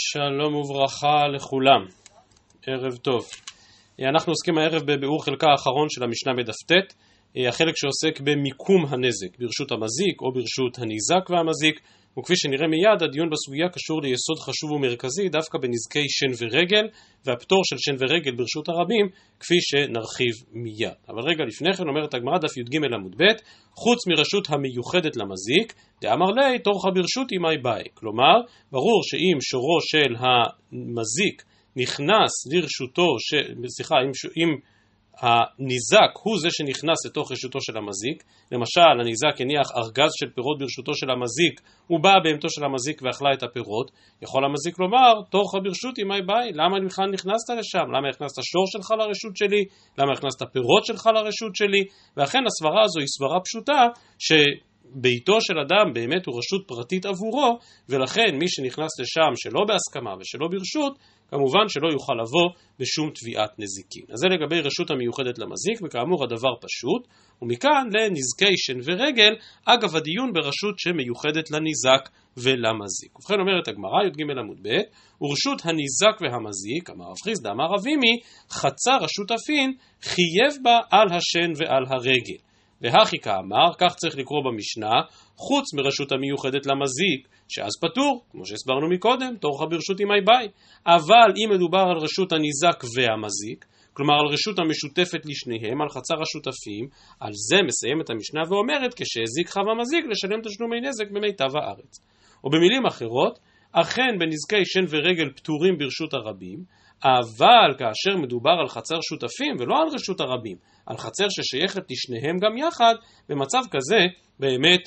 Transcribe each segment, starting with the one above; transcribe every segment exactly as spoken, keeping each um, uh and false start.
שלום וברכה לכולם, ערב טוב. אנחנו עוסקים הערב בביאור חלקה האחרון של המשנה בדף ט', החלק שעוסק במיקום הנזק, ברשות המזיק או ברשות הניזק והמזיק, וכפי שנראה מיד, הדיון בסוגיה קשור ליסוד חשוב ומרכזי דווקא בנזקי שן ורגל, והפטור של שן ורגל ברשות הרבים, כפי שנרחיב מיד. אבל רגע לפני כן אומרת הגמרא דף י"ג עמוד ב', חוץ מרשות המיוחדת למזיק, דאמר לי תורך ברשות ימי באי. כלומר, ברור שאם שורו של המזיק נכנס לרשותו, סליחה, אם, אם הניזק הוא זה שנכנס לתוך רשותו של המזיק, למשל הניזק הניח ארגז של פירות ברשותו של המזיק, הוא בא בהמתו של המזיק ואכלה את הפירות, יכול המזיק לומר תורך ברשות ימי באי. למה בכלל נכנסת לשם? למה הכנסת שור שלך לרשות שלי? למה הכנסת פירות שלך לרשות שלי? ואכן הסברה הזו היא סברה פשוטה, שביתו של אדם באמת הוא רשות פרטית עבורו, ולכן מי שנכנס לשם שלא בהסכמה ושלא ברשות, כמובן שלא יוכל לבוא בשום תביעת נזיקין. אז זה לגבי רשות המיוחדת למזיק, וכאמור הדבר פשוט, ומכאן לנזקי שן ורגל, אגב הדיון ברשות שמיוחדת לניזק ולמזיק. ובכן אומרת הגמרא י"ג עמוד ב', ורשות הניזק והמזיק, אמר רב חיסדא אמר רב אימי, חצה רשות אפין, חייב בה על השן ועל הרגל. והכי כאמר, כך צריך לקרוא במשנה, חוץ מרשות המיוחדת למזיק, שאז פטור, כמו שהסברנו מקודם, תורך ברשות ימי באי. אבל אם מדובר על רשות הניזק והמזיק, כלומר על רשות המשותפת לשניהם, על חצר השותפים, על זה מסיימת המשנה ואומרת, כשהזיק חב המזיק לשלם תשלומי נזק במיטב הארץ. או במילים אחרות, אכן בנזקי שן ורגל פטורים ברשות הרבים, אבל כאשר מדובר על חצר שותפים ולא על רשות הרבים, על חצר ששייכת לשניהם גם יחד, במצב כזה באמת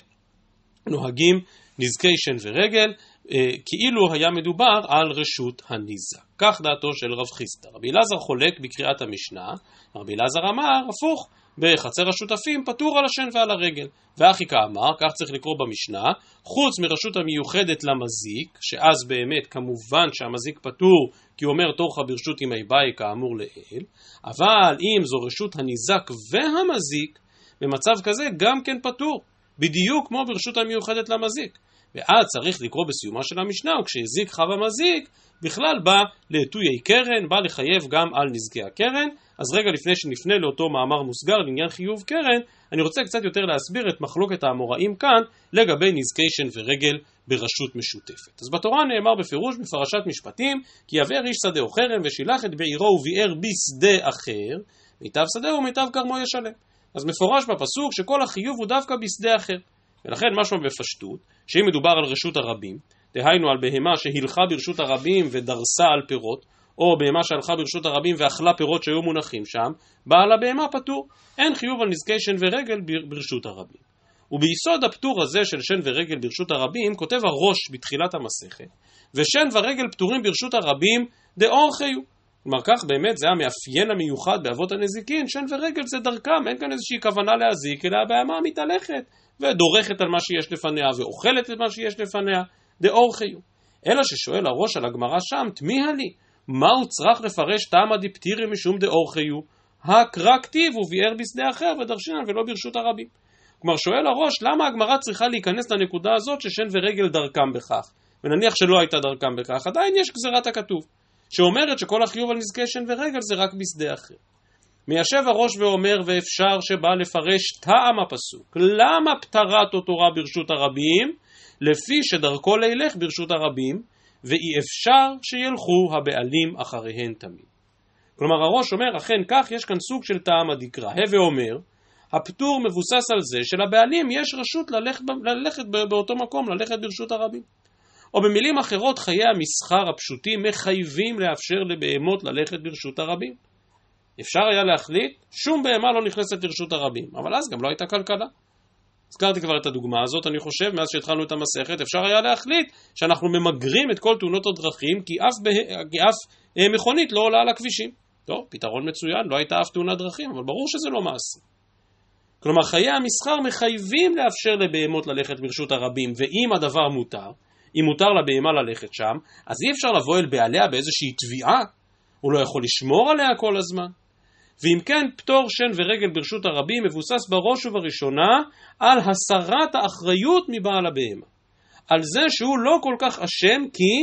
נוהגים נזקי שן ורגל, כאילו היה מדובר על רשות הניזק. כך דעתו של רב חיסדא. רבי אלעזר חולק בקריאת המשנה, רבי אלעזר אמר הפוך, בחצר השותפים פטור על השן ועל הרגל. והכי כאמר, כך צריך לקרוא במשנה, חוץ מרשות המיוחדת למזיק, שאז באמת כמובן שהמזיק פטור, כי הוא אומר תורך ברשות ימי באי כאמור לעיל, אבל אם זו רשות הניזק והמזיק, במצב כזה גם כן פטור, בדיוק כמו ברשות המיוחדת למזיק. ואז צריך לקרוא בסיומה של המשנה, וכשהזיק חב המזיק, בכלל בא לעטויי קרן, בא לחייב גם על נזקי הקרן. אז רגע לפני שנפנה לאותו מאמר מוסגר לעניין חיוב קרן, אני רוצה קצת יותר להסביר את מחלוקת האמוראים כאן לגבי נזקי שן ורגל ברשות משותפת. אז בתורה נאמר בפירוש בפרשת משפטים, כי יבער איש שדה או חרם ושילח את בעירו וביער בשדה אחר, מיטב שדה ומיטב כרמו ישלם. אז מפורש בפסוק שכל החיוב הוא דווקא בשדה אחר. ולכן משמע בפשטות, שאם מדובר על רשות הרבים, דהיינו על בהמה שהילכה ברשות הרבים ודרסה על פירות, או בהמה שהלכה ברשות הרבים ואכלה פירות שהיו מונחים שם, בעל הבהמה פטור. אין חיוב על נזקי שן ורגל ברשות הרבים. וביסוד הפטור הזה של שן ורגל ברשות הרבים, כותב הראש בתחילת המסכת, ושן ורגל פטורים ברשות הרבים דאורחיו. כלומר כך באמת זה המאפיין המיוחד באבות הנזיקין, שן ורגל זה דרכם, אין כאן איזושהי כוונה להזיק, אלא הבהמה מתהלכת ודורכת על מה שיש לפניה ואוכלת את מה שיש לפניה, דאורחיו. אלא ששואל הראש על הגמרא שם, תמיהה לי, מהו צריך לפרש טעמא דפטירי משום דאורחיו? הקרא כתיב וביער בשדה אחר ודרשינן ולא ברשות הרבים. כלומר שואל הראש, למה הגמרא צריכה להיכנס לנקודה הזאת ששן ורגל דרכם בכך? ונניח שלא הייתה דרכם בכך, עדיין יש גזירת הכתוב, שאומרת שכל החיוב על נזקי שן ורגל זה רק בשדה אחר. מיישב הראש ואומר, ואפשר שבא לפרש טעם הפסוק, למה פטרת התורה ברשות הרבים? לפי שדרכו לילך ברשות הרבים, ואי אפשר שילכו הבעלים אחריהן תמיד. כלומר הראש אומר, אכן כך יש כאן סוג של טעם הדקרא, הווה אומר, הפטור מבוסס על זה שלבעלים יש רשות ללכת, ללכת באותו מקום, ללכת ברשות הרבים. או במילים אחרות, חיי המסחר הפשוטים מחייבים לאפשר לבהמות ללכת ברשות הרבים. אפשר היה להחליט, שום בהמה לא נכנסת לרשות הרבים, אבל אז גם לא הייתה כלכלה. הזכרתי כבר את הדוגמה הזאת, אני חושב, מאז שהתחלנו את המסכת, אפשר היה להחליט שאנחנו ממגרים את כל תאונות הדרכים, כי אף, בה... כי אף אה, מכונית לא עולה על הכבישים. טוב, פתרון מצוין, לא הייתה אף תאונת דרכים, אבל ברור שזה לא מעשי. כלומר, חיי המסחר מחייבים לאפשר לבהמות ללכת ברשות הרבים, ואם הדבר מותר, אם מותר לבהמה ללכת שם, אז אי אפשר לבוא אל בעליה באיזושהי תביעה, הוא לא יכול לשמור עליה כל הזמן. ואם כן, פטור שן ורגל ברשות הרבים מבוסס בראש ובראשונה על הסרת האחריות מבעל הבהמה. על זה שהוא לא כל כך אשם, כי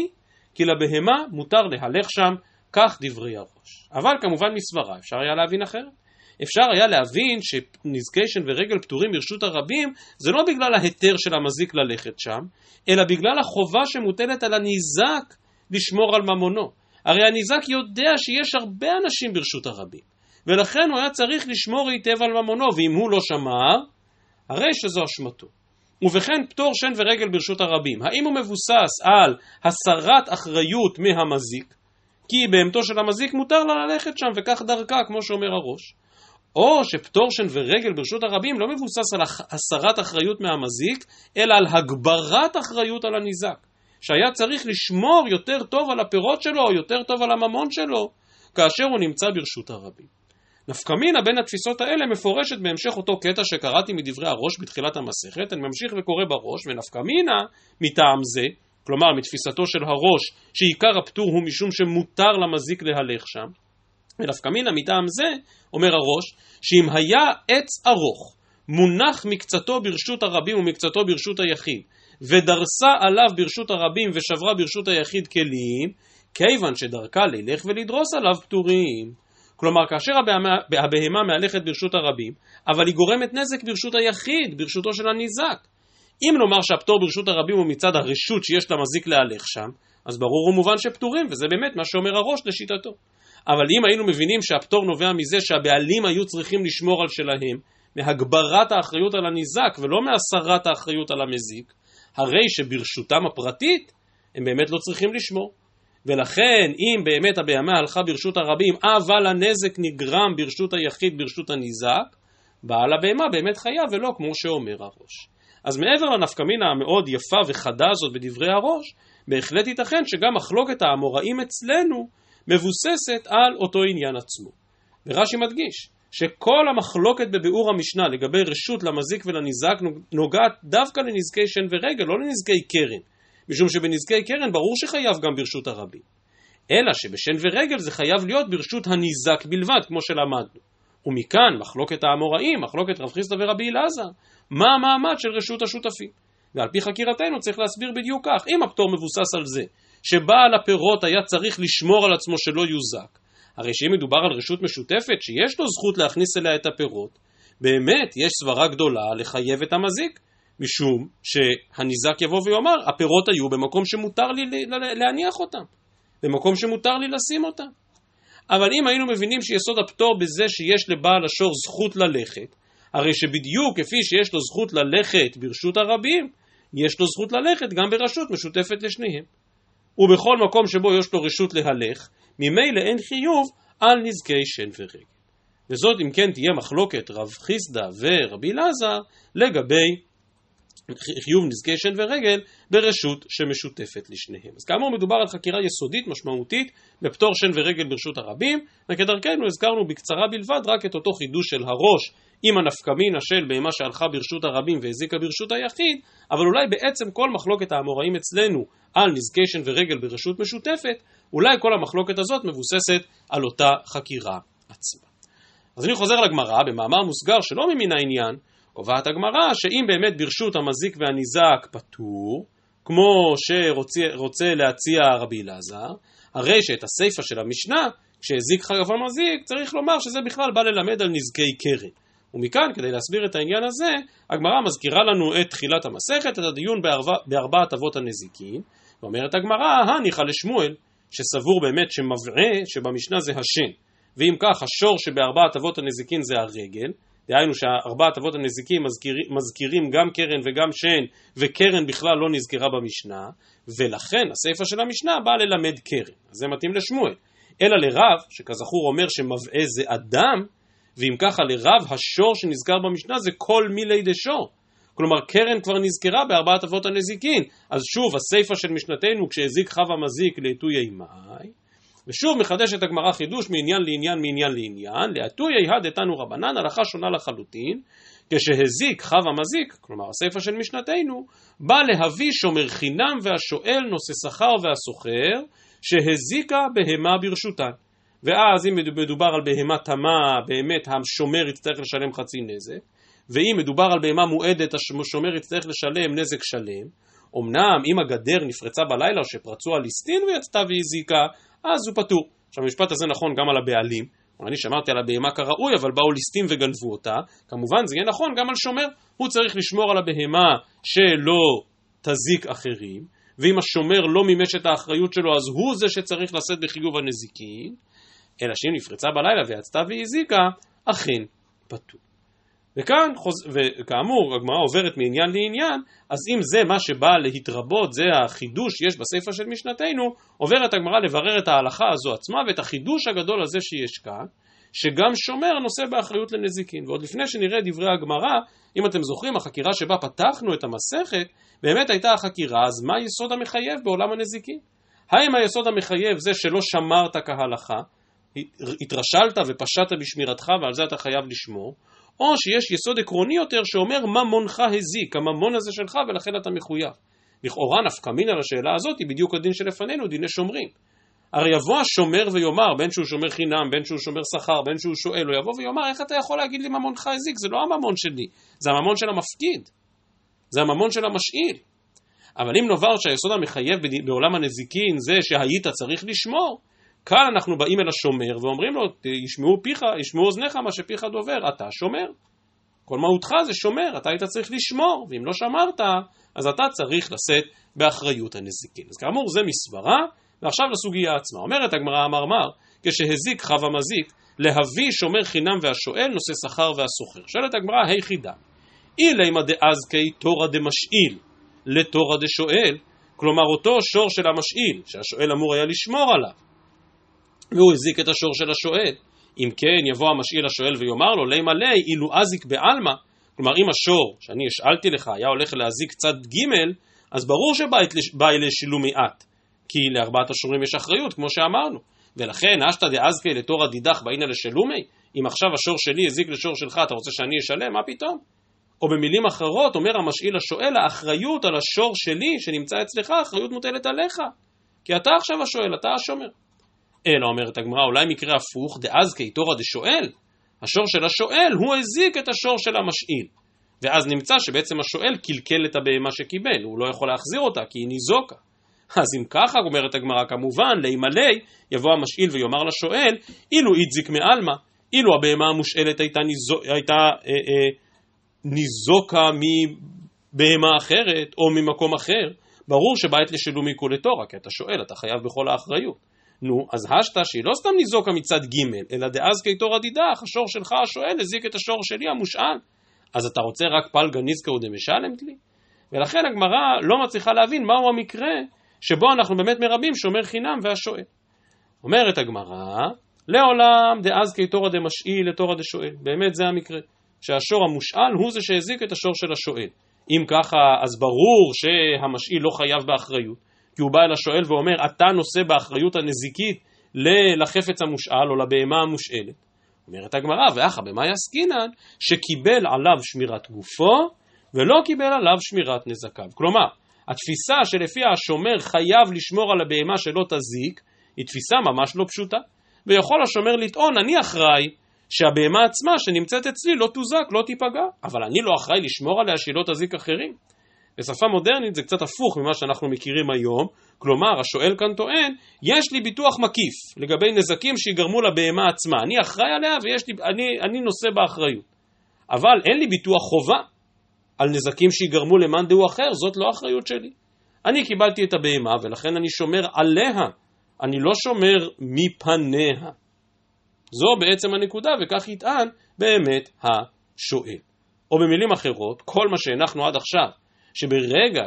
כי לבהמה מותר להלך שם, כך דברי הראש. אבל כמובן מסברה, אפשר היה להבין אחרת. אפשר היה להבין שנזקי שן ורגל פטורים ברשות הרבים, זה לא בגלל ההיתר של המזיק ללכת שם, אלא בגלל החובה שמוטלת על הניזק לשמור על ממונו. הרי הניזק יודע שיש הרבה אנשים ברשות הרבים, ולכן הוא היה צריך לשמור היטב על ממונו, ואם הוא לא שמר, הרי שזו אשמתו. ובכן פטור שן ורגל ברשות הרבים, האם הוא מבוסס על הסרת אחריות מהמזיק, כי בהמתו של המזיק מותר לה ללכת שם וכך דרכה, כמו שאומר הראש, או שפטור שן ורגל ברשות הרבים לא מבוסס על הסרת אחריות מהמזיק, אלא על הגברת אחריות על הניזק, שהיה צריך לשמור יותר טוב על הפירות שלו, או יותר טוב על הממון שלו, כאשר הוא נמצא ברשות הרבים. נפקא מינה בין התפיסות האלה מפורשת בהמשך אותו קטע שקראתי מדברי הראש בתחילת המסכת. אני ממשיך וקורא בראש, ונפקא מינה מטעם זה, כלומר מתפיסתו של הראש שעיקר הפטור הוא משום שמותר למזיק להלך שם, ונפקא מינה מטעם זה אומר הראש שאם היה עץ ארוך מונח מקצתו ברשות הרבים ומקצתו ברשות היחיד, ודרסה עליו ברשות הרבים ושברה ברשות היחיד כלים, כיוון שדרכה ללך ולדרוס עליו פטורים. כלומר, כאשר הבהמה, הבהמה מהלכת ברשות הרבים, אבל היא גורמת נזק ברשות היחיד, ברשותו של הניזק. אם נאמר שהפטור ברשות הרבים הוא מצד הרשות שיש למזיק להלך שם, אז ברור ומובן שפטורים, וזה באמת מה שאומר הראש לשיטתו. אבל אם היינו מבינים שהפטור נובע מזה שהבעלים היו צריכים לשמור על שלהם, מהגברת האחריות על הניזק ולא מהסרת האחריות על המזיק, הרי שברשותם הפרטית הם באמת לא צריכים לשמור. ולכן אם באמת הבהמה הלכה ברשות הרבים אבל הנזק נגרם ברשות היחיד, ברשות הניזק, בעל הבהמה באמת חייב ולא כמו שאומר הראש. אז מעבר לנפקא מינה המאוד יפה וחדה הזאת בדברי הראש, בהחלט ייתכן שגם מחלוקת האמוראים אצלנו מבוססת על אותו עניין עצמו. ורש"י מדגיש שכל המחלוקת בביאור המשנה לגבי רשות למזיק ולניזק נוגעת דווקא לנזקי שן ורגל, לא לנזקי קרן, משום שבנזקי קרן ברור שחייב גם ברשות הרבים, אלא שבשן ורגל זה חייב להיות ברשות הניזק בלבד, כמו שלמדנו. ומכאן מחלוקת האמוראים, מחלוקת רב חיסדא ורבי אלעזר, מה המעמד של רשות השותפים. ועל פי חקירתנו צריך להסביר בדיוק כך. אם הפטור מבוסס על זה שבעל הפירות היה צריך לשמור על עצמו שלא יוזק, הרי שאם מדובר על רשות משותפת שיש לו זכות להכניס אליה את הפירות, באמת יש סברה גדולה לחייב את המזיק, משום שהניזק יבוא ויאמר, הפירות היו במקום שמותר לי להניח אותם, במקום שמותר לי לשים אותם. אבל אם היינו מבינים שיסוד הפטור בזה שיש לבעל השור זכות ללכת, הרי שבדיוק כפי שיש לו זכות ללכת ברשות הרבים, יש לו זכות ללכת גם ברשות משותפת לשניהם. ובכל מקום שבו יש לו רשות להלך, ממילא אין חיוב על נזקי שן ורגל. וזאת אם כן תהיה מחלוקת רב חיסדא ורבי אלעזר לגבי חיוב נזקי שן ורגל ברשות שמשותפת לשניהם. אז כאמור מדובר על חקירה יסודית משמעותית בפטור שן ורגל ברשות הרבים, וכדרכנו הזכרנו בקצרה בלבד רק את אותו חידוש של הראש עם הנפקא מינה של בהמה שהלכה ברשות הרבים והזיקה ברשות היחיד, אבל אולי בעצם כל מחלוקת האמוראים אצלנו על נזקי שן ורגל ברשות משותפת, אולי כל המחלוקת הזאת מבוססת על אותה חקירה עצמה. אז אני חוזר לגמרא במאמר מוסגר שלא ממין העניין, קובעת הגמרא שאם באמת ברשות המזיק והניזק פטור, כמו שרוצה להציע רבי אלעזר, הרי שאת הסיפא של המשנה, כשהזיק חרב המזיק, צריך לומר שזה בכלל בא ללמד על נזקי קרן. ומכאן, כדי להסביר את העניין הזה, הגמרא מזכירה לנו את תחילת המסכת, את הדיון בארבע, בארבעת אבות הנזיקין, ואומרת הגמרא, הניחא לשמואל, שסבור באמת שמבעה שבמשנה זה השן, ואם כך השור שבארבעת אבות הנזיקין זה הרגל, דהיינו שהארבעת אבות הנזיקים מזכירים, מזכירים גם קרן וגם שן, וקרן בכלל לא נזכרה במשנה, ולכן הסיפא של המשנה באה ללמד קרן. אז זה מתאים לשמואל. אלא לרב, שכזכור אומר שמבעה זה אדם, ואם ככה לרב השור שנזכר במשנה זה כל מילי דשור. כלומר קרן כבר נזכרה בארבעת אבות הנזיקין. אז שוב הסיפא של משנתנו כשהזיק חב המזיק לעתויי מאי, ושוב מחדשת הגמרא חידוש מעניין לעניין מעניין לעניין, לעתויי הדתנו רבנן, הלכה שונה לחלוטין, כשהזיק חב המזיק, כלומר הסיפא של משנתנו, בא להביא שומר חינם והשואל נושא שכר והסוחר, שהזיקה בהמה ברשותן. ואז אם מדובר על בהמה תמה, באמת השומר יצטרך לשלם חצי נזק, ואם מדובר על בהמה מועדת, השומר יצטרך לשלם נזק שלם, אמנם אם הגדר נפרצה בלילה או שפרצו הליסטין ויצתה והזיקה, אז הוא פטור. עכשיו המשפט הזה נכון גם על הבעלים, אני שמרתי על הבהמה כראוי, אבל באו ליסטים וגנבו אותה, כמובן זה יהיה נכון גם על שומר, הוא צריך לשמור על הבהמה שלא תזיק אחרים, ואם השומר לא מימש את האחריות שלו, אז הוא זה שצריך לשאת בחיוב הנזיקין, אלא שאם נפרצה בלילה ויצתה והזיקה, אכן פטור. וכאן, וכאמור, הגמרא עוברת מעניין לעניין, אז אם זה מה שבא להתרבות, זה החידוש שיש בספר של משנתנו, עוברת הגמרא לברר את ההלכה הזו עצמה, ואת החידוש הגדול הזה שיש כאן, שגם שומר נושא באחריות לנזיקין. ועוד לפני שנראה דברי הגמרא, אם אתם זוכרים, החקירה שבה פתחנו את המסכת, באמת הייתה החקירה, אז מה היסוד המחייב בעולם הנזיקין? האם היסוד המחייב זה שלא שמרת כהלכה, התרשלת ופשעת בשמירתך ועל זה אתה חייב לשמור, או שיש יסוד עקרוני יותר שאומר ממונך הזיק, הממון הזה שלך ולכן אתה מחויב. לכאורה נפקא מינה לשאלה הזאת היא בדיוק הדין שלפנינו, דיני שומרים. הרי יבוא השומר ויאמר, בין שהוא שומר חינם, בין שהוא שומר שכר, בין שהוא שואל, הוא יבוא ויאמר, איך אתה יכול להגיד לי ממונך הזיק? זה לא הממון שלי, זה הממון של המפקיד, זה הממון של המשאיל. אבל אם נאמר שהיסוד המחייב בעולם הנזיקין זה שהיית צריך לשמור, כאן אנחנו באים אל השומר ואומרים לו, ישמעו פיך, ישמעו אוזניך מה שפיך דובר, אתה שומר. כל מהותך זה שומר, אתה היית צריך לשמור, ואם לא שמרת, אז אתה צריך לשאת באחריות הנזיקין. אז כאמור זה מסברה, ועכשיו לסוגיה עצמה. אומרת הגמרא המאמר, כשהזיק חב המזיק, להביא שומר חינם והשואל נושא שכר והסוחר. שואלת הגמרא, היי חידה, אילי דאזקי תורא דמשאיל לתורא דשואל, כלומר אותו שור של המשאיל, שהשואל אמור היה לשמור עליו, והוא הזיק את השור של השואל. אם כן יבוא המשאיל השואל ויאמר לו, לימה לי אילו אזיק בעלמא, כלומר אם השור שאני השאלתי לך היה הולך להזיק צד ג', אז ברור שבא אלה שילו מעט, כי לארבעת השורים יש אחריות כמו שאמרנו, ולכן אשתא דאזקי לתורא דידך באינה לשלומי, אם עכשיו השור שלי הזיק לשור שלך אתה רוצה שאני אשלם, מה פתאום? או במילים אחרות אומר המשאיל השואל, האחריות על השור שלי שנמצא אצלך, האחריות מוטלת עליך, כי אתה עכשיו השואל, אתה השומר. אלא אומרת הגמרא, אולי מקרה הפוך, דאזקי תורא דשואל, השור של השואל הוא הזיק את השור של המשאיל, ואז נמצא שבעצם השואל קלקל את הבהמה שקיבל, הוא לא יכול להחזיר אותה כי היא ניזוקה. אז אם ככה אומרת הגמרא, כמובן לימלי יבוא המשאיל ויאמר לשואל, אילו יזיק מעלמא, אילו הבהמה המושאלת הייתה, ניזוק, הייתה אה, אה, ניזוקה מבהמה אחרת או ממקום אחר, ברור שבית לשלומי כולי תורא, כי אתה שואל, אתה חייב בכל האחריות. נו, אז השתא שהיא לא סתם ניזוקה מצד ג', אלא דאזקי תורא דידך, השור שלך השואל הזיק את השור שלי המושאל, אז אתה רוצה רק פלגא נזקא ודמשלמת לי? ולכן הגמרא לא מצליחה להבין מהו המקרה שבו אנחנו באמת מרבים שומר חינם והשואל. אומרת הגמרא, לעולם דאזקי תורא דמשאיל לתורא דשואל, באמת זה המקרה, שהשור המושאל הוא זה שהזיק את השור של השואל. אם ככה, אז ברור שהמשאיל לא חייב באחריות, כי הוא בא אל השואל ואומר, אתה נושא באחריות הנזיקית לחפץ המושאל או לבהמה המושאלת. אומרת הגמרא, ואחא במאי עסקינן, שקיבל עליו שמירת גופו, ולא קיבל עליו שמירת נזקיו. כלומר, התפיסה שלפיה השומר חייב לשמור על הבהמה שלא תזיק, היא תפיסה ממש לא פשוטה. ויכול השומר לטעון, אני אחראי שהבהמה עצמה שנמצאת אצלי לא תוזק, לא תיפגע, אבל אני לא אחראי לשמור עליה שהיא לא תזיק אחרים. בשפה מודרנית זה קצת הפוך ממה שאנחנו מכירים היום, כלומר השואל כאן טוען, יש לי ביטוח מקיף לגבי נזקים שיגרמו לבהמה עצמה, אני אחראי עליה ויש לי, אני, אני נושא באחריות, אבל אין לי ביטוח חובה על נזקים שיגרמו למאן דהו אחר, זאת לא אחריות שלי. אני קיבלתי את הבהמה ולכן אני שומר עליה, אני לא שומר מפניה. זו בעצם הנקודה וכך יטען באמת השואל. או במילים אחרות, כל מה שהנחנו עד עכשיו, שברגע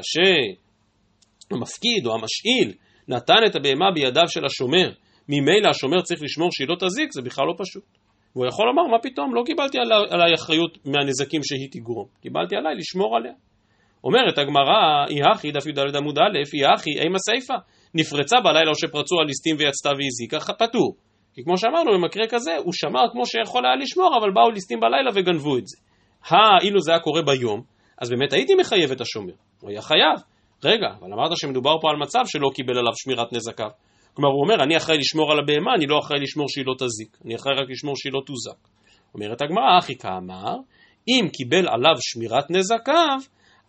שהמפקיד או המשאיל נתן את הבהמה בידיו של השומר, ממילא השומר צריך לשמור שהיא לא תזיק, זה בכלל לא פשוט. והוא יכול לומר, מה פתאום, לא קיבלתי עליי אחריות מהנזקים שהיא תגרום, קיבלתי עליי לשמור עליה. אומרת הגמרא, אי הכי דף י"ד עמוד א', אי הכי אימה סייפה, נפרצה בלילה או שפרצו הליסטים ויצתה והזיקה, פטור. כי כמו שאמרנו, במקרה כזה, הוא שמר כמו שיכול היה לשמור, אבל באו ליסטים בלילה וגנבו את זה. אילו זה היה קורה ביום, אז באמת הייתי מחייב את השומר, הוא היה חייב. רגע, אבל אמרת שמדובר פה על מצב שלא קיבל עליו שמירת נזקיו. כלומר, הוא אומר, אני אחראי לשמור על הבהמה, אני לא אחראי לשמור שהיא לא תזיק, אני אחראי רק לשמור שהיא לא תוזק. אומרת הגמרא, אחי כאמר, אם קיבל עליו שמירת נזקיו,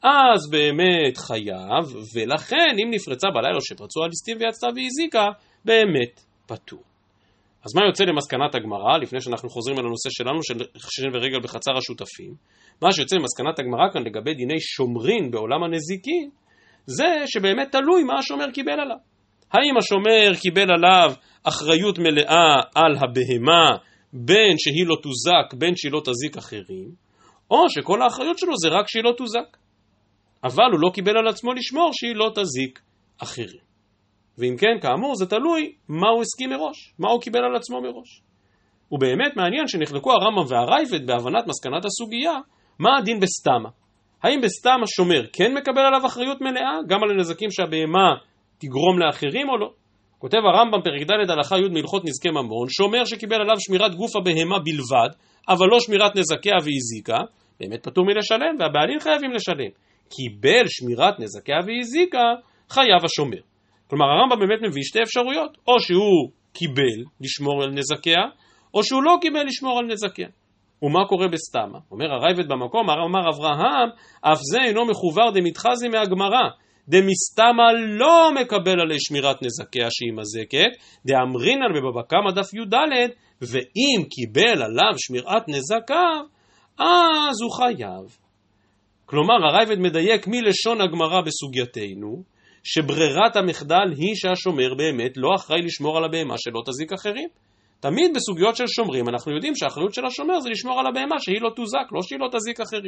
אז באמת חייב, ולכן אם נפרצה בלילה שפרצו הליסטים ויצתה והזיקה, באמת פטור. אז מה יוצא למסקנת הגמרא, לפני שאנחנו חוזרים על הנושא שלנו של שן ורגל בחצר השותפים? מה שיוצא למסקנת הגמרא כאן לגבי דיני שומרין בעולם הנזיקין, זה שבאמת תלוי מה השומר קיבל עליו. האם השומר קיבל עליו אחריות מלאה על הבהמה, בין שהיא לא תוזק, בין שהיא לא תזיק אחרים, או שכל האחריות שלו זה רק שהיא לא תוזק. אבל הוא לא קיבל על עצמו לשמור שהיא לא תזיק אחרים. ואם כן, כאמור, זה תלוי מה הוא הסכים מראש, מה הוא קיבל על עצמו מראש. ובאמת מעניין שנחלקו הרמב"ם והרייבד בהבנת מסקנת הסוגיה, מה הדין בסתמה. האם בסתם השומר כן מקבל עליו אחריות מלאה, גם על הנזקים שהבהמה תגרום לאחרים או לא? כותב הרמב"ם פרק ד' הלכה י' מהלכות נזקי ממון, שומר שקיבל עליו שמירת גוף הבהמה בלבד, אבל לא שמירת נזקיה והזיקה, באמת פטור מלשלם, והבעלים חייבים לשלם. קיבל שמירת נזקיה והזיקה, חייב השומר. כלומר הרמב"ם באמת מביא שתי אפשרויות, או שהוא קיבל לשמור על נזקיה, או שהוא לא קיבל לשמור על נזקיה. ומה קורה בסתמה? אומר הרייבד במקום, אמר אברהם, אף זה אינו מחובר דמתחזי מהגמרא, דמסתמה לא מקבל עלי שמירת נזקיה שהיא מזקת, דאמרינן בבבא קמא דף י"ד, ואם קיבל עליו שמירת נזקיו, אז הוא חייב. כלומר הרייבד מדייק מלשון הגמרא בסוגייתנו, שברירת המחדל היא שהשומר באמת לא אחראי לשמור על הבהמה שלא תזיק אחרים. תמיד בסוגיות של שומרים אנחנו יודעים שהאחריות של השומר זה לשמור על הבהמה שהיא לא תוזק, לא שהיא לא תזיק אחרים.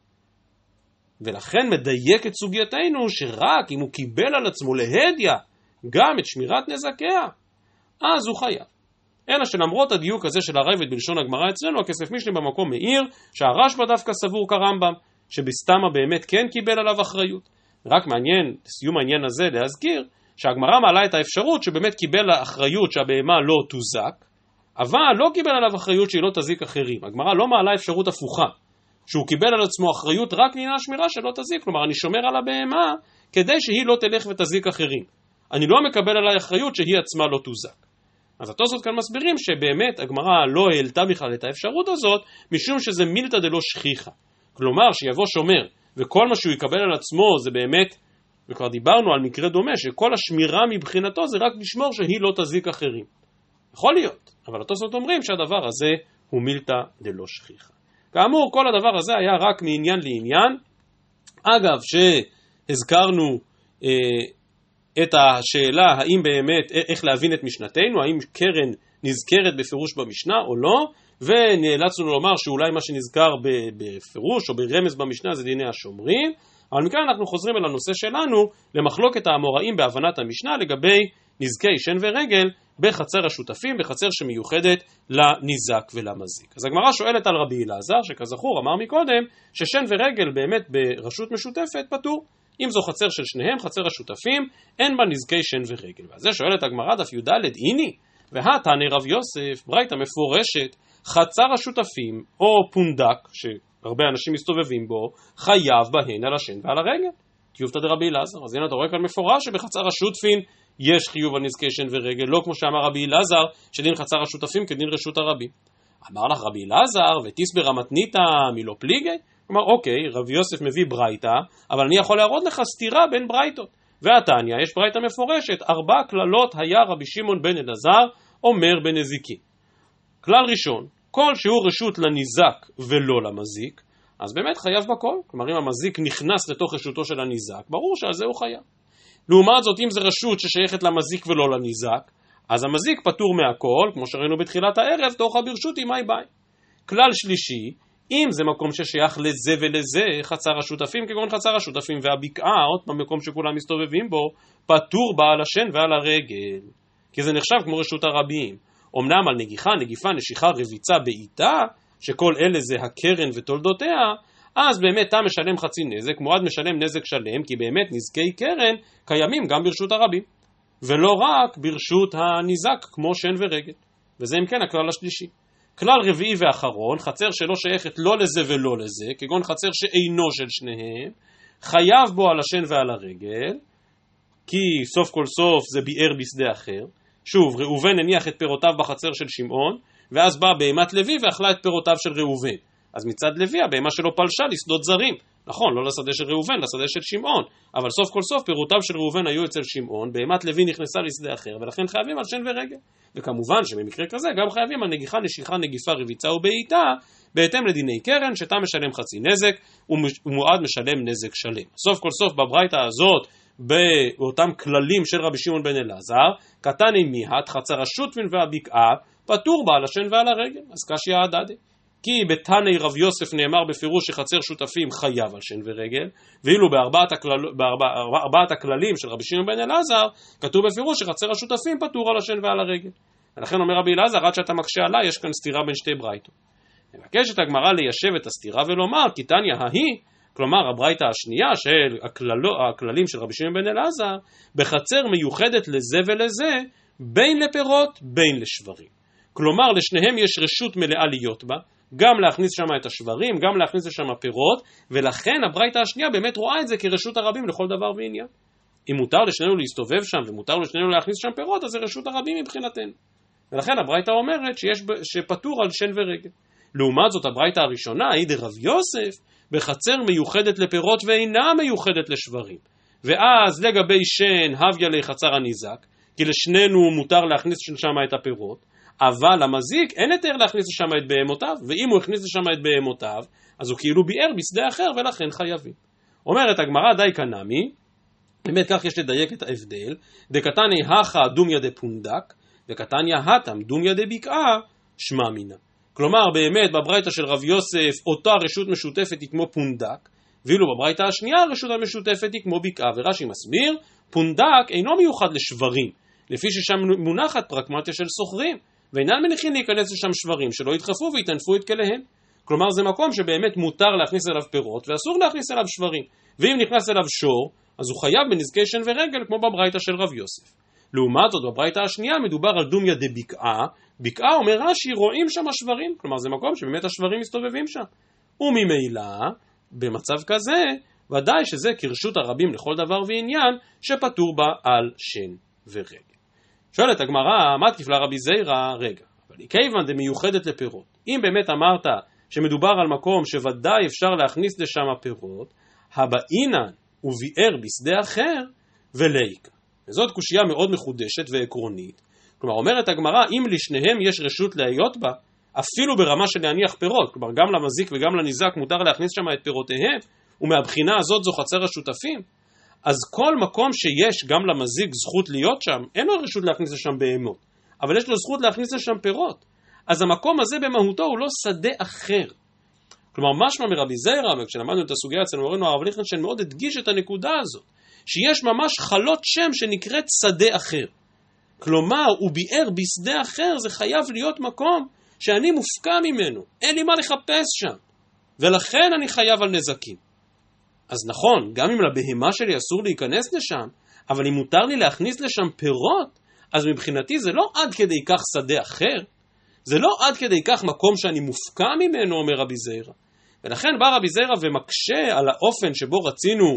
ולכן מדייק את סוגייתנו שרק אם הוא קיבל על עצמו להדיה גם את שמירת נזקיה, אז הוא חייב. אלא שלמרות הדיוק הזה של הרייבד בלשון הגמרא אצלנו, הכסף משלי במקום מאיר שהרשב"א דווקא סבור כרמב"ם, שבסתמה באמת כן קיבל עליו אחריות. רק מעניין, לסיום העניין הזה להזכיר, שהגמרא מעלה את האפשרות שבאמת קיבל האחריות שהבהמה לא תוזק, אבל לא קיבל עליו אחריות שהיא לא תזיק אחרים. הגמרא לא מעלה אפשרות הפוכה, שהוא קיבל על עצמו אחריות רק לעניין השמירה שלא תזיק, כלומר אני שומר על הבהמה כדי שהיא לא תלך ותזיק אחרים. אני לא מקבל עליי אחריות שהיא עצמה לא תוזק. אז התוספות כאן מסבירים שבאמת הגמרא לא העלתה בכלל את האפשרות הזאת, משום שזה מילתא דלא שכיחא. כלומר שיבוא שומר וכל מה שהוא יקבל על עצמו זה באמת, וכבר דיברנו על מקרה דומה, שכל השמירה מבחינתו זה רק לשמור שהיא לא תזיק אחרים. יכול להיות, אבל התוספות אומרים שהדבר הזה הוא מילתא דלא שכיחא. כאמור, כל הדבר הזה היה רק מעניין לעניין. אגב, שהזכרנו אה, את השאלה האם באמת, איך להבין את משנתנו, האם קרן נזכרת בפירוש במשנה או לא, ונאלצנו לומר שאולי מה שנזכר בפירוש או ברמז במשנה זה דיני השומרים, אבל מכאן אנחנו חוזרים אל הנושא שלנו למחלוקת האמוראים בהבנת המשנה לגבי נזקי שן ורגל בחצר השותפים, בחצר שמיוחדת לניזק ולמזיק. אז הגמרא שואלת על רבי אלעזר, שכזכור אמר מקודם ששן ורגל באמת ברשות משותפת פטור. אם זו חצר של שניהם, חצר השותפים, אין בה נזקי שן ורגל. ואז זה שואלת הגמרא דף י"ד, הנה, והתנא רב יוסף, ברייתא מפורשת, חצר השותפים או פונדק, שהרבה אנשים מסתובבים בו, חייב בהן על השן ועל הרגל. טיובתא דרבי אלעזר. אז הנה אתה רואה כאן מפורש שבחצר השותפין יש חיוב על נזקי שן ורגל, לא כמו שאמר רבי אלעזר, שדין חצר השותפים כדין רשות הרבים. אמר לך רבי אלעזר, ותסבר המתניתא מלא פליגי? כלומר, אוקיי, רבי יוסף מביא ברייתא, אבל אני יכול להראות לך סתירה בין ברייתות. והתניא, יש ברייתא מפורשת, ארבע כללות היה רבי שמעון בן אלעזר אומר בנזיקין. כלל ראשון, כל שהוא רשות לניזק ולא למזיק, אז באמת חייב בכל. כלומר, אם המזיק נכנס לתוך רשותו של הניזק, ברור שעל זה הוא חייב. לעומת זאת, אם זה רשות ששייכת למזיק ולא לניזק, אז המזיק פטור מהכל, כמו שראינו בתחילת הערב, תוכה ברשות ימי ביי. כלל שלישי, אם זה מקום ששייך לזה ולזה, חצר השותפים, כגון חצר השותפים והבקעה, עוד במקום שכולם מסתובבים בו, פטור בעל השן ועל הרגל. כי זה נחשב כמו רשות הרבים. אמנם על נגיחה, נגיפה, נשיכה, רביצה, בעיטה, שכל אלה זה הקרן ותולדותיה, אז באמת תה משלם חצי נזק, מועד משלם נזק שלם, כי באמת נזקי קרן קיימים גם ברשות הרבים, ולא רק ברשות הניזק, כמו שן ורגל. וזה אם כן הכלל השלישי. כלל רביעי ואחרון, חצר שלא שייכת לא לזה ולא לזה, כגון חצר שאינו של שניהם, חייב בו על השן ועל הרגל, כי סוף כל סוף זה ביער בשדה אחר. שוב, ראובן הניח את פירותיו בחצר של שמעון, ואז באה בהמת לוי ואכלה את פירותיו של ראובן. אז מצד לוי הבהמה שלו פלשה לשדות זרים, נכון, לא לשדה של ראובן, לשדה של שמעון, אבל סוף כל סוף פירותיו של ראובן היו אצל שמעון, בהמת לוי נכנסה לשדה אחר, ולכן חייבים על שן ורגל. וכמובן שבמקרה כזה גם חייבים על נגיחה, נשיכה, נגיפה, רביצה ובעיטה, בהתאם לדיני קרן, שאתה משלם חצי נזק, ומועד משלם נזק שלם. סוף כל סוף בברייתא הזאת, באותם כללים של רבי שמעון בן אלעזר, קטני מיהת חצר השוטפין והבקעה, פטור בה על השן ועל הרגל. אז קשיא הדדי. כי בתני רב יוסף נאמר בפירוש שחצר שותפים חייב על שן ורגל, ואילו בארבעת, הכלל, בארבע, בארבעת הכללים של רבי שמעון בן אלעזר, כתוב בפירוש שחצר השותפים פטור על השן ועל הרגל. ולכן אומר רבי אלעזר, עד שאתה מקשה עליי, יש כאן סתירה בין שתי ברייתות. מבקשת הגמרא ליישב את הסתירה ולומר, כי תניא ההיא, כלומר הברייתא השנייה של הכללו, הכללים של רבי שמעון בן אלעזר, בחצר מיוחדת לזה ולזה, בין לפירות, בין לשברים. כלומר לשניהם יש רשות מלאה להיות בה, גם להכניס שם את השברים, גם להכניס שם פירות, ולכן הברייתא השנייה באמת רואה את זה כרשות הרבים לכל דבר ועניין. אם מותר לשנינו להסתובב שם ומותר לשנינו להכניס שם פירות, אז זה רשות הרבים מבחינתנו. ולכן הברייתא אומרת שיש, שפטור על שן ורגל. לעומת זאת הברייתא הראשונה היא דרב יוסף בחצר מיוחדת לפירות ואינה מיוחדת לשברים. ואז לגבי שן הביה לחצר הניזק, כי לשנינו מותר להכניס שם את הפירות, אבל המזיק אין יותר להכניס לשם את בהמותיו, ואם הוא הכניס לשם את בהמותיו, אז הוא כאילו ביער בשדה אחר ולכן חייבים. אומרת הגמרא די קנמי, באמת כך יש לדייק את ההבדל, דקתני הכה דומיה דפונדק, וקתניה התם דומיה דבקעה שמה מינה. כלומר באמת בברייתא של רב יוסף אותה רשות משותפת היא כמו פונדק, ואילו בברייתא השנייה הרשות המשותפת היא כמו בקעה, ורש"י מסביר, פונדק אינו מיוחד לשברים, לפי ששם מונחת פרקמטיה של סוחרים, ואינם מניחים להיכנס לשם שברים שלא ידחפו ויתנפו את כליהם. כלומר זה מקום שבאמת מותר להכניס אליו פירות ואסור להכניס אליו שברים, ואם נכנס אליו שור אז הוא חייב בנזקי שן ורגל כמו בברייתא של רב יוסף. לעומת זאת בברייתא השנייה מדובר על דומיה דבקעה, בקעה אומר רש"י רואים שם השברים, כלומר זה מקום שבאמת השברים מסתובבים שם, וממילא במצב כזה ודאי שזה כרשות הרבים לכל דבר ועניין שפטור בה על שן ורגל. שואלת הגמרא, מה תקיף לה רבי זיירא? רגע, אבל היא כיוון דמיוחדת לפירות. אם באמת אמרת שמדובר על מקום שוודאי אפשר להכניס לשם פירות, הבאינן וביער בשדה אחר וליקה. וזאת קושייה מאוד מחודשת ועקרונית. כלומר, אומרת הגמרא, אם לשניהם יש רשות להיות בה, אפילו ברמה של להניח פירות, כלומר גם למזיק וגם לניזק מותר להכניס שם את פירותיהם, ומהבחינה הזאת זו חצר השותפים, אז כל מקום שיש גם למזיק זכות להיות שם, אין לו רשות להכניס לשם בהמות, אבל יש לו זכות להכניס לשם פירות. אז המקום הזה במהותו הוא לא שדה אחר. כלומר, משמע מרבי זיירא, וכשלמדנו את הסוגיה אצל מורנו הרב ליכטנשטיין מאוד הדגיש את הנקודה הזאת, שיש ממש חלות שם שנקראת שדה אחר. כלומר, הוא ביער בשדה אחר, זה חייב להיות מקום שאני מופקע ממנו, אין לי מה לחפש שם, ולכן אני חייב על נזקים. אז נכון, גם אם לבהמה שלי אסור להיכנס לשם, אבל אם מותר לי להכניס לשם פירות, אז מבחינתי זה לא עד כדי כך שדה אחר, זה לא עד כדי כך מקום שאני מופקע ממנו, אומר רבי זיירא. ולכן בא רבי זיירא ומקשה על האופן שבו רצינו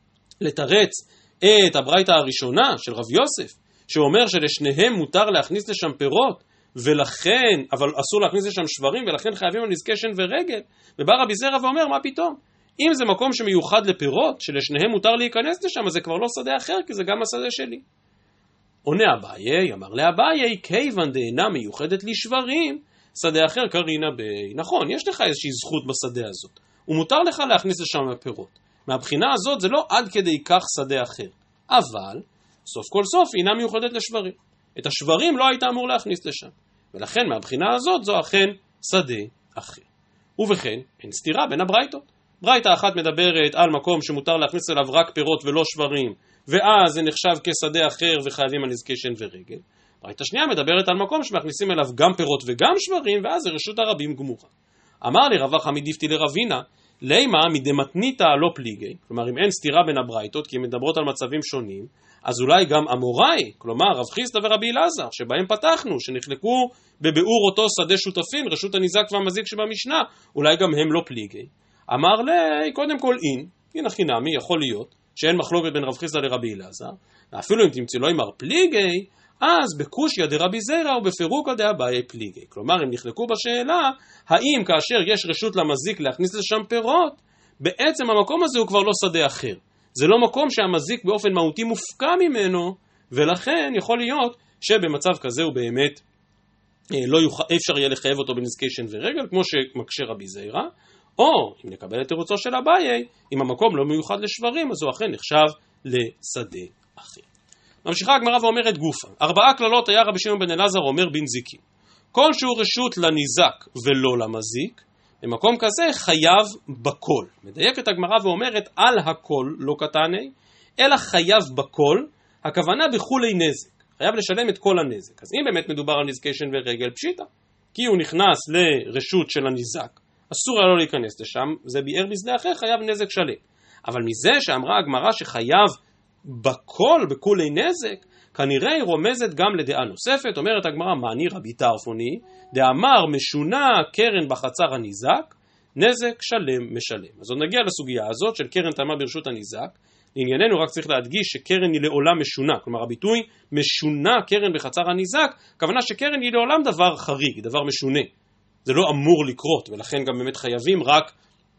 לתרץ את הברייתא הראשונה של רב יוסף, שאומר שלשניהם מותר להכניס לשם פירות, ולכן, אבל אסור להכניס לשם שברים, ולכן חייבים על נזקי שן ורגל. ובא רבי זיירא ואומר, מה פתאום? אם זה מקום שמיוחד לפירות, שלשניהם מותר להיכנס לשם, אז זה כבר לא שדה אחר, כי זה גם השדה שלי. עונה אביי, אמר לאביי, כיוון דאינה מיוחדת לשברים, שדה אחר קרינה בי. נכון, יש לך איזושהי זכות בשדה הזאת, ומותר לך להכניס לשם הפירות. מהבחינה הזאת זה לא עד כדי כך שדה אחר. אבל, סוף כל סוף, אינה מיוחדת לשברים. את השברים לא היית אמור להכניס לשם. ולכן, מהבחינה הזאת, זו אכן שדה אחר. ובכן, אין סתירה בין הברייתות. ברייתא אחת מדברת על מקום שמותר להכניס אליו רק פירות ולא שברים, ואז זה נחשב כשדה אחר וחייבים על נזקי שן ורגל. ברייתא שנייה מדברת על מקום שמכניסים אליו גם פירות וגם שברים, ואז זה רשות הרבים גמורה. אמר לי רב אחא מדיפתי לרבינה, לימה מדמתניתא לא פליגי, כלומר אם אין סתירה בין הברייתות, כי הן מדברות על מצבים שונים, אז אולי גם אמוראי, כלומר רב חיסדא ורבי אלעזר, שבהם פתחנו, שנחלקו בביאור אותו שדה שותפים, רשות הניזק והמזיק שבמשנה, אולי גם הם לא פליגי. אמר לי, קודם כל אין, הנה חינמי, יכול להיות, שאין מחלוקת בין רב חיסדא לרבי אלעזר, ואפילו אם תמצא לו אמר פליגי, אז בקושיא דרבי זיירא ובפירוקא דאביי פליגי. כלומר, הם נחלקו בשאלה, האם כאשר יש רשות למזיק להכניס לשם פירות, בעצם המקום הזה הוא כבר לא שדה אחר. זה לא מקום שהמזיק באופן מהותי מופקע ממנו, ולכן יכול להיות שבמצב כזה הוא באמת לא יוכל, אפשר יהיה לחייב אותו בנזקי שן ורגל, כמו שמקשה רבי זעירא, או אם נקבל את תירוצו של אביי, אם המקום לא מיוחד לשברים, אז הוא אכן נחשב לשדה אחר. ממשיכה הגמרא ואומרת גופה, ארבעה כללות היה רבי שמעון בן אלעזר אומר בנזיקים. כל שהוא רשות לניזק ולא למזיק, במקום כזה חייב בכל. מדייקת הגמרא ואומרת על הכל לא קטני, אלא חייב בכל, הכוונה בכולי נזק. חייב לשלם את כל הנזק. אז אם באמת מדובר על נזקי שן ורגל פשיטה, כי הוא נכנס לרשות של הניזק, אסור היה לו להיכנס לשם, זה ביאר בשדה אחר, חייב נזק שלם. אבל מזה שאמרה הגמרא שחייב בכל, בכולי נזק, כנראה היא רומזת גם לדעה נוספת. אומרת הגמרא, מעני רבי טרפוני, דאמר משונה קרן בחצר הניזק, נזק שלם משלם. אז עוד נגיע לסוגיה הזאת של קרן תמה ברשות הניזק. לענייננו רק צריך להדגיש שקרן היא לעולם משונה, כלומר הביטוי משונה קרן בחצר הניזק, כוונה שקרן היא לעולם דבר חריג, דבר משונה. זה לא אמור לקרות, ולכן גם באמת חייבים רק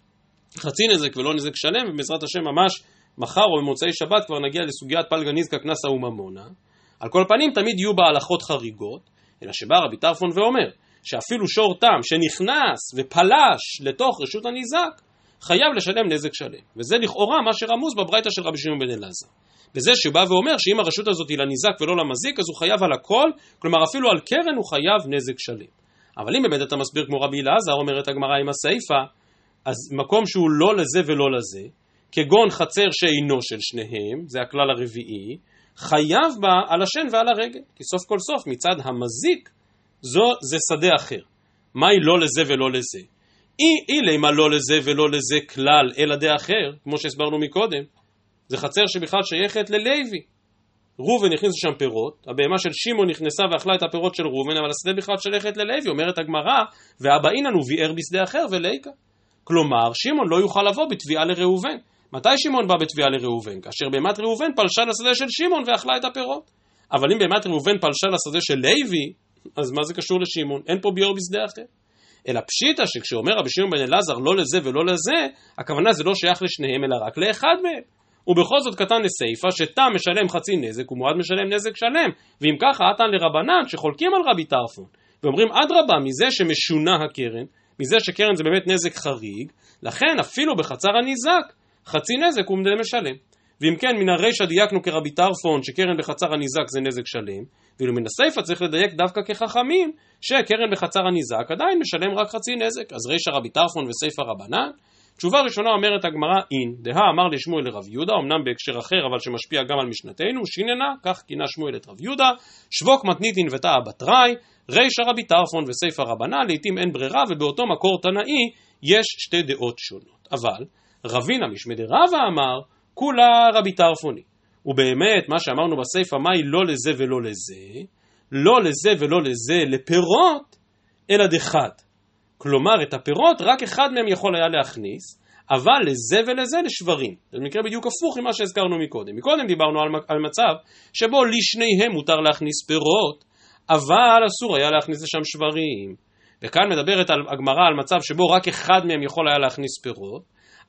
חצי נזק ולא נזק שלם, ובעזרת השם ממש מחר או במוצאי שבת כבר נגיע לסוגיית פלגה נזקה קנסה וממונה. על כל פנים תמיד יהיו בה הלכות חריגות, אלא שבא רבי טרפון ואומר שאפילו שור תם שנכנס ופלש לתוך רשות הניזק, חייב לשלם נזק שלם. וזה לכאורה מה שרמוז בברייתא של רבי שמעון בן אלעזר. בזה שבא ואומר שאם הרשות הזאת היא לניזק ולא למזיק, אז הוא חייב על הכל, כלומר אפילו על קרן הוא חייב נזק שלם. אבל אם באמת אתה מסביר כמו רבי אלעזר, אומרת הגמרא עם הסייפה, אז מקום שהוא לא לזה ולא לזה, כגון חצר שאינו של שניהם, זה הכלל הרביעי, חייב בה על השן ועל הרגל. כי סוף כל סוף מצד המזיק, זו, זה שדה אחר. מה היא לא לזה ולא לזה? אי אי למה לא לזה ולא לזה כלל אלא דה אחר, כמו שהסברנו מקודם. זה חצר שבכלל שייכת ללוי. ראובן הכניס שם פירות, הבהמה של שמעון נכנסה ואכלה את הפירות של ראובן, אבל השדה בכלל שייכת ללוי. אומרת הגמרא, והבאינן הוא ביאר בשדה אחר וליקה. כלומר, שמעון לא יוכל לבוא בתביעה לראובן. מתי שמעון בא בתביעה לראובן? כאשר בהמת ראובן פלשה לשדה של שמעון ואכלה את הפירות. אבל אם בהמת ראובן פלשה לשדה של לוי, אז מה זה קשור לשמעון? אין פה ביאר בשדה אחר. אלא פשיטה שכשאומר רבי שמעון בן אלעזר לא לזה ולא לזה, הכוונה זה לא שייך לשניהם אלא רק לאחד מהם. ובכל זאת קטן לסייפה שתם משלם חצי נזק ומועד משלם נזק שלם, ואם ככה עתן לרבנן שחולקים על רבי טרפון ואומרים אדרבה, מזה שמשונה הקרן, מזה שקרן זה באמת נזק חריג, לכן אפילו בחצר הניזק חצי נזק הוא משלם. ואם כן, מן הרישא דייקנו כרבי טרפון שקרן בחצר הניזק זה נזק שלם, ואילו מן הסייפה צריך לדייק דווקא כחכמים שקרן בחצר הניזק עדיין משלם רק חצי נזק. אז רישא רבי טרפון וסייפה רבנן. תשובה ראשונה אומרת הגמרא אין, דהה אמר לשמואל לרב יהודה, אמנם בהקשר אחר אבל שמשפיע גם על משנתנו, שיננה, כך כינה שמואל את רב יהודה, שבוק מתניתין ותאה בתראי, רישא רבי טרפון וסייפה רבנן, לעתים אין ברירה, ובאותו מקור תנאי יש שתי דעות שונות. אבל רבינה משמי דרבא אמר כולה רבי טרפוני. ובאמת מה שאמרנו בסייפה, מה היא לא לזה ולא לזה, לא לזה ולא לזה לפירות, אלא דחד. כלומר את הפירות רק אחד מהם יכול היה להכניס, אבל לזה ולזה לשברים. זה מקרה בדיוק הפוך ממה שהזכרנו מקודם. מקודם דיברנו על, על מצב שבו לשניהם מותר להכניס פירות, אבל אסור היה להכניס לשם שברים. וכאן מדברת על הגמרא על מצב שבו רק אחד מהם יכול היה להכניס פירות,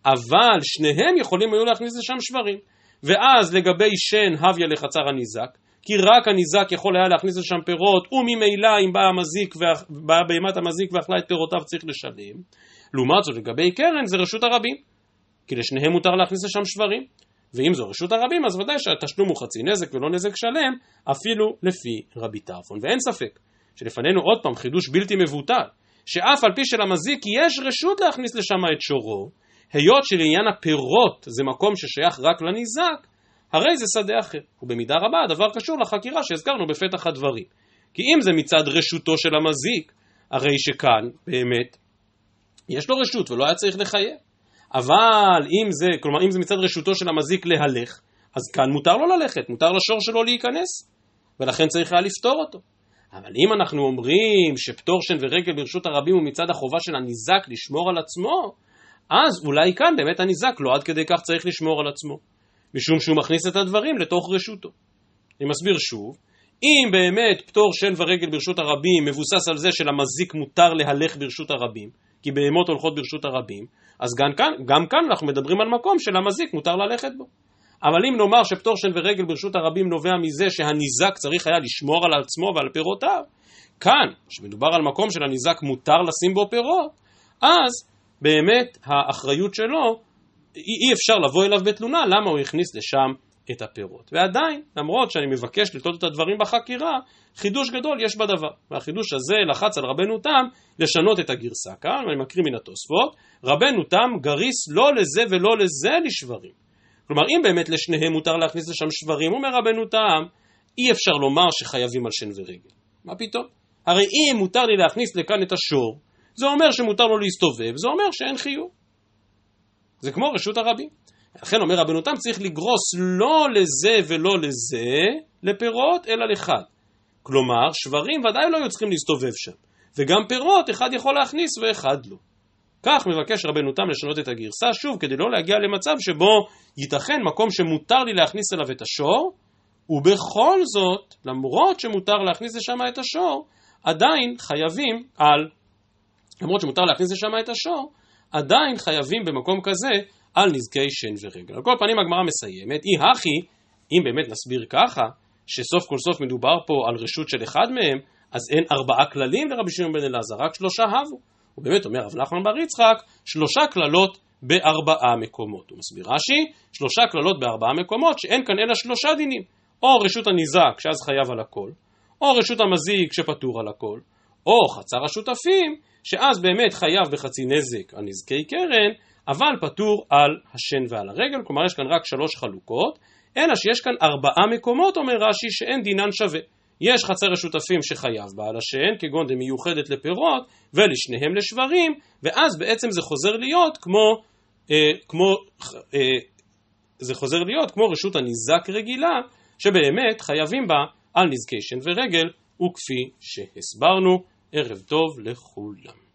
אבל שניהם יכולים היו להכניס לשם שברים. ואז לגבי שן הביה לחצר הניזק, כי רק הניזק יכול היה להכניס לשם פירות, וממילא אם בא המזיק ובא בהמת המזיק ואכלה את פירותיו צריך לשלם. לעומת זאת לגבי קרן זה רשות הרבים, כי לשניהם מותר להכניס לשם שברים, ואם זו רשות הרבים אז ודאי שהתשלום הוא חצי נזק ולא נזק שלם, אפילו לפי רבי טרפון. ואין ספק שלפנינו עוד פעם חידוש בלתי מבוטל, שאף על פי שלמזיק יש רשות להכניס לשם את שורו, היות שלעניין הפירות זה מקום ששייך רק לניזק, הרי זה שדה אחר, ובמידה רבה הדבר קשור לחקירה שהזכרנו בפתח הדברים. כי אם זה מצד רשותו של המזיק, הרי שכאן באמת יש לו רשות ולא היה צריך לחייב. אבל אם זה, כלומר אם זה מצד רשותו של המזיק להלך, אז כאן מותר לו ללכת, מותר לשור שלו להיכנס, ולכן צריך היה לפתור אותו. אבל אם אנחנו אומרים שפטור שן ורגל ברשות הרבים הוא מצד החובה של הניזק לשמור על עצמו, אז אולי כאן באמת הניזק לא עד כדי כך צריך לשמור על עצמו, משום שהוא מכניס את הדברים לתוך רשותו. אני מסביר שוב, אם באמת פטור שן ורגל ברשות הרבים מבוסס על זה שלמזיק מותר להלך ברשות הרבים, כי בהמות הולכות ברשות הרבים, אז גם כאן, גם כאן אנחנו מדברים על מקום שלמזיק מותר ללכת בו. אבל אם נאמר שפטור שן ורגל ברשות הרבים נובע מזה שהניזק צריך היה לשמור על עצמו ועל פירותיו, כאן, שמדובר על מקום של הניזק מותר לשים בו פירות, אז באמת האחריות שלו, אי אפשר לבוא אליו בתלונה למה הוא הכניס לשם את הפירות. ועדיין, למרות שאני מבקש לתלות את הדברים בחקירה, חידוש גדול יש בדבר. והחידוש הזה לחץ על רבנו תם לשנות את הגרסה. כאן, ואני מקריא מן התוספות, רבנו תם גריס לא לזה ולא לזה לשברים. כלומר, אם באמת לשניהם מותר להכניס לשם שברים, אומר רבנו תם, אי אפשר לומר שחייבים על שן ורגל. מה פתאום? הרי אם מותר לי להכניס לכאן את השור, זה אומר שמותר לו להסתובב, זה אומר שאין חיוב. זה כמו רשות הרבים. לכן אומר רבנו תם צריך לגרוס לא לזה ולא לזה לפירות, אלא לחד. כלומר, שברים ודאי לא היו צריכים להסתובב שם. וגם פירות, אחד יכול להכניס ואחד לא. כך מבקש רבנו תם לשנות את הגרסה, שוב, כדי לא להגיע למצב שבו ייתכן מקום שמותר לי להכניס אליו את השור, ובכל זאת, למרות שמותר להכניס לשם את השור, עדיין חייבים על, למרות שמותר להכניס לשם את השור, עדיין חייבים במקום כזה על נזקי שן ורגל. על כל פנים הגמרא מסיימת, אי הכי, אם באמת נסביר ככה, שסוף כל סוף מדובר פה על רשות של אחד מהם, אז אין ארבעה כללים לרבי שמעון בן אלעזר, רק שלושה הבו. הוא באמת אומר, רב נחמן בר יצחק, שלושה כללות בארבעה מקומות. הוא מסביר רש"י, שלושה כללות בארבעה מקומות, שאין כאן אלא שלושה דינים. או רשות הניזק, שאז חייב על הכל, או רשות המזיק, שפטור על הכל, או חצר השותפים, שאז באמת חייב בחצי נזק על נזקי קרן, אבל פטור על השן ועל הרגל. כלומר, יש כאן רק שלוש חלוקות, אלא שיש כאן ארבעה מקומות, אומר רש"י, שאין דינן שווה. יש חצר השותפים שחייב בעל השן, כגון דמיוחדת לפירות, ולשניהם לשברים, ואז בעצם זה חוזר להיות כמו, אה, כמו, אה, זה חוזר להיות כמו רשות הניזק רגילה, שבאמת חייבים בה על נזקי שן ורגל, וכפי שהסברנו, ערב טוב לכולם.